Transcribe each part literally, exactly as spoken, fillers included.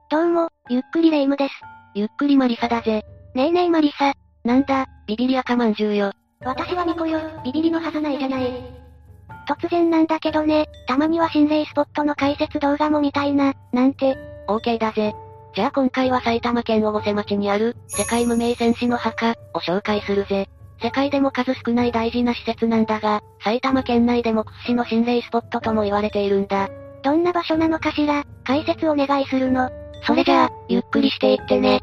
どうも、ゆっくりレ夢ムです。 ゆっくりマリサだぜ。 ねえねえマリサ。 なんだ、ビビリ赤まんじゅうよ。 私はミコよ、ビビリのはずないじゃない。突然なんだけどね、たまには心霊スポットの解説動画も見たいな、なんて。 オーケーだぜ。じゃあ今回は埼玉県越生町にある、世界無名戦士の墓、を紹介するぜ。世界でも数少ない大事な施設なんだが、埼玉県内でも屈指の心霊スポットとも言われているんだ。 どんな場所なのかしら、解説お願いするの。 それじゃあ、ゆっくりしていってね。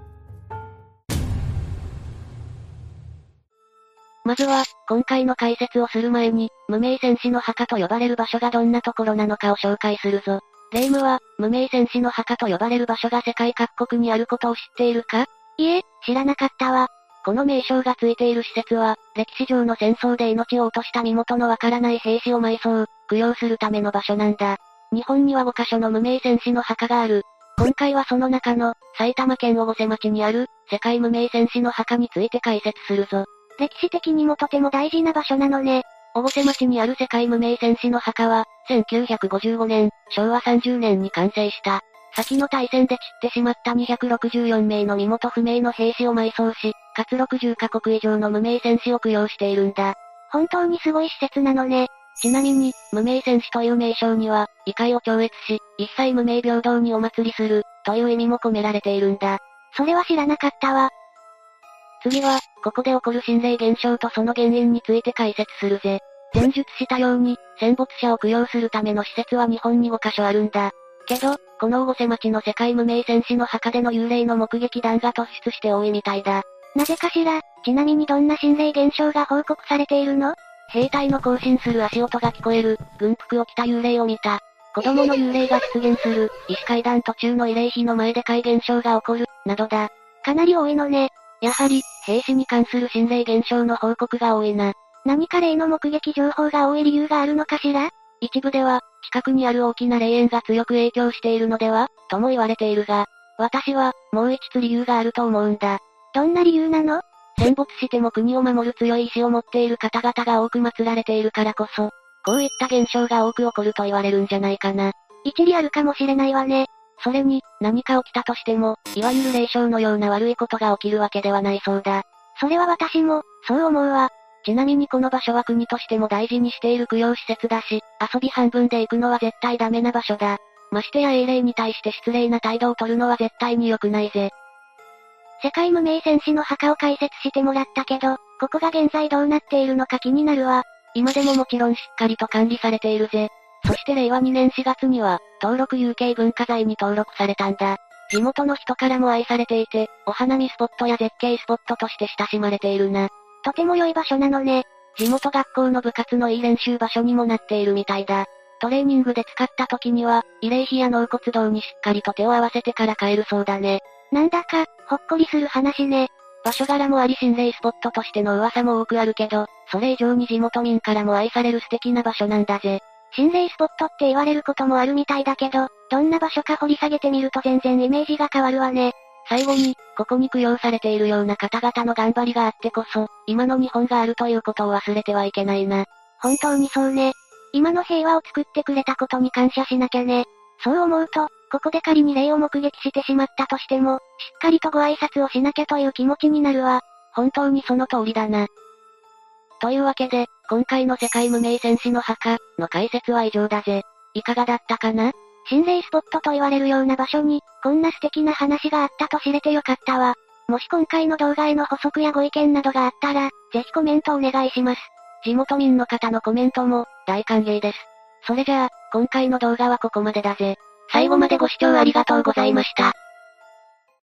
まずは、今回の解説をする前に、無名戦士の墓と呼ばれる場所がどんなところなのかを紹介するぞ。レ夢ムは、無名戦士の墓と呼ばれる場所が世界各国にあることを知っているか？ いえ、知らなかったわ。 この名称がついている施設は、歴史上の戦争で命を落とした身元のわからない兵士を埋葬、供養するための場所なんだ。日本にはごカ所の無名戦士の墓がある。今回はその中の、埼玉県越生町にある、世界無名戦士の墓について解説するぞ。 歴史的にもとても大事な場所なのね。 越生町にある世界無名戦士の墓は、せんきゅうひゃくごじゅうごねん、しょうわさんじゅうねんに完成した。先の大戦で散ってしまったにひゃくろくじゅうよんめいの身元不明の兵士を埋葬し、かつろくじゅっかこく以上の無名戦士を供養しているんだ。 本当にすごい施設なのね。 ちなみに、無名戦士という名称には、異界を超越し、一切無名平等にお祭りする、という意味も込められているんだ。 それは知らなかったわ。 次は、ここで起こる心霊現象とその原因について解説するぜ。前述したように、戦没者を供養するための施設は日本にごカ所あるんだ。けど、この越生町の世界無名戦士の墓での幽霊の目撃談が突出して多いみたいだ。 なぜかしら、ちなみにどんな心霊現象が報告されているの？ 兵隊の行進する足音が聞こえる、軍服を着た幽霊を見た。子供の幽霊が出現する、石階段途中の慰霊碑の前で怪現象が起こる、などだ。 かなり多いのね。 やはり、兵士に関する心霊現象の報告が多いな。 何か霊の目撃情報が多い理由があるのかしら？ 一部では、近くにある大きな霊園が強く影響しているのでは、とも言われているが、私は、もう一つ理由があると思うんだ。 どんな理由なの？ 戦没しても国を守る強い意志を持っている方々が多く祀られているからこそ、こういった現象が多く起こると言われるんじゃないかな。 一理あるかもしれないわね。 それに、何か起きたとしても、いわゆる霊障のような悪いことが起きるわけではないそうだ。 それは私も、そう思うわ。 ちなみにこの場所は国としても大事にしている供養施設だし、遊び半分で行くのは絶対ダメな場所だ。ましてや英霊に対して失礼な態度を取るのは絶対に良くないぜ。 世界無名戦士の墓を解説してもらったけど、ここが現在どうなっているのか気になるわ。 今でももちろんしっかりと管理されているぜ。そしてれいわにねんしがつには、登録有形文化財に登録されたんだ。地元の人からも愛されていて、お花見スポットや絶景スポットとして親しまれているな。 とても良い場所なのね。 地元学校の部活のいい練習場所にもなっているみたいだ。トレーニングで使った時には、慰霊碑や納骨堂にしっかりと手を合わせてから帰るそうだね。 なんだか、ほっこりする話ね。 場所柄もあり心霊スポットとしての噂も多くあるけど、それ以上に地元民からも愛される素敵な場所なんだぜ。 心霊スポットって言われることもあるみたいだけど、どんな場所か掘り下げてみると全然イメージが変わるわね。 最後に、ここに供養されているような方々の頑張りがあってこそ、今の日本があるということを忘れてはいけないな。 本当にそうね。今の平和を作ってくれたことに感謝しなきゃね。そう思うと、ここで仮に霊を目撃してしまったとしても、しっかりとご挨拶をしなきゃという気持ちになるわ。 本当にその通りだな。というわけで、今回の世界無名戦士の墓の解説は以上だぜ。いかがだったかな？ 心霊スポットと言われるような場所に、こんな素敵な話があったと知れてよかったわ。もし今回の動画への補足やご意見などがあったら、ぜひコメントお願いします。 地元民の方のコメントも、大歓迎です。それじゃあ、今回の動画はここまでだぜ。最後までご視聴ありがとうございました。